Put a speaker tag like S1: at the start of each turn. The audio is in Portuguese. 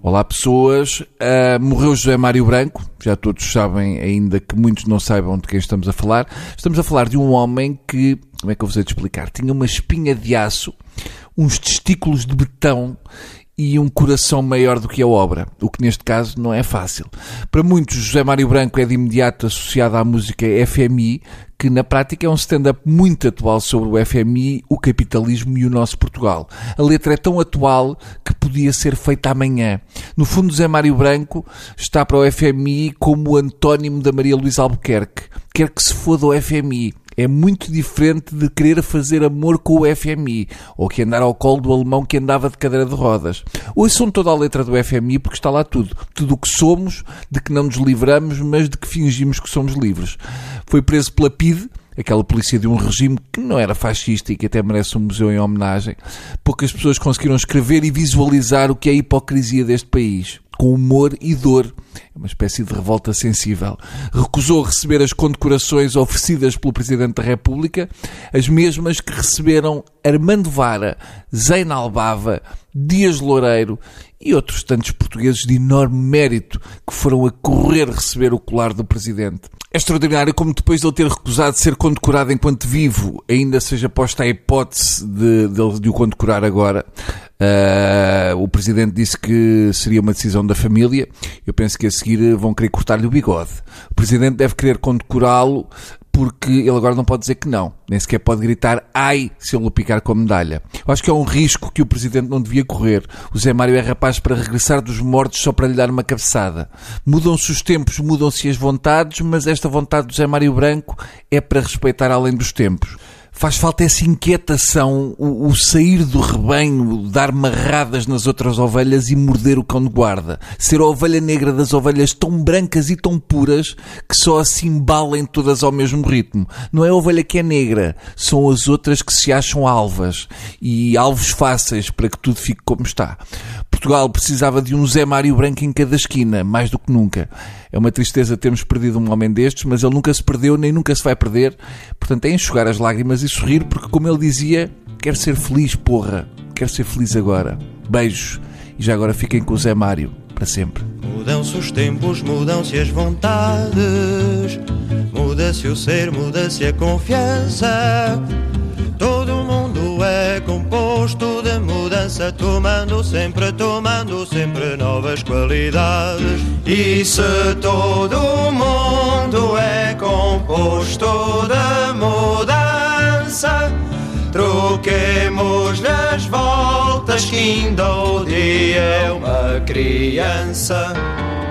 S1: Olá pessoas, morreu José Mário Branco, já todos sabem, ainda que muitos não saibam de quem estamos a falar. Estamos a falar de um homem que, como é que eu vos hei de explicar, tinha uma espinha de aço, uns testículos de betão e um coração maior do que a obra, o que neste caso não é fácil. Para muitos, José Mário Branco é de imediato associado à música FMI, que na prática é um stand-up muito atual sobre o FMI, o capitalismo e o nosso Portugal. A letra é tão atual que podia ser feita amanhã. No fundo, José Mário Branco está para o FMI como o antónimo da Maria Luísa Albuquerque. Quer que se foda o FMI. É muito diferente de querer fazer amor com o FMI, ou que andar ao colo do alemão que andava de cadeira de rodas. Ouçam toda a letra do FMI porque está lá tudo. Tudo o que somos, de que não nos livramos, mas de que fingimos que somos livres. Foi preso pela PIDE, aquela polícia de um regime que não era fascista e que até merece um museu em homenagem. Poucas pessoas conseguiram escrever e visualizar o que é a hipocrisia deste país, com humor e dor. É uma espécie de revolta sensível. Recusou receber as condecorações oferecidas pelo Presidente da República, as mesmas que receberam Armando Vara, Zeina Albava, Dias Loureiro e outros tantos portugueses de enorme mérito que foram a correr receber o colar do Presidente. É extraordinário como depois de ele ter recusado ser condecorado enquanto vivo, ainda seja posta a hipótese de o condecorar agora. O Presidente disse que seria uma decisão da família. Eu penso que a seguir vão querer cortar-lhe o bigode. O Presidente deve querer condecorá-lo porque ele agora não pode dizer que não. Nem sequer pode gritar ai se ele o picar com a medalha. Eu acho que é um risco que o Presidente não devia correr. O Zé Mário é rapaz para regressar dos mortos só para lhe dar uma cabeçada. Mudam-se os tempos, mudam-se as vontades, mas esta vontade do Zé Mário Branco é para respeitar além dos tempos. Faz falta essa inquietação, o sair do rebanho, dar marradas nas outras ovelhas e morder o cão de guarda. Ser a ovelha negra das ovelhas tão brancas e tão puras que só assim balem todas ao mesmo ritmo. Não é a ovelha que é negra, são as outras que se acham alvas. E alvos fáceis para que tudo fique como está. Portugal precisava de um Zé Mário Branco em cada esquina, mais do que nunca. É uma tristeza termos perdido um homem destes, mas ele nunca se perdeu, nem nunca se vai perder. Portanto, é enxugar as lágrimas e sorrir, porque, como ele dizia, quero ser feliz, porra. Quero ser feliz agora. Beijos. E já agora fiquem com o Zé Mário, para sempre.
S2: Mudam-se os tempos, mudam-se as vontades. Muda-se o ser, muda-se a confiança. Todo mundo é composto de mudança, tomando sempre novas qualidades. E se todo mundo é composto de mudança, troquemos nas voltas que ainda o dia é uma criança.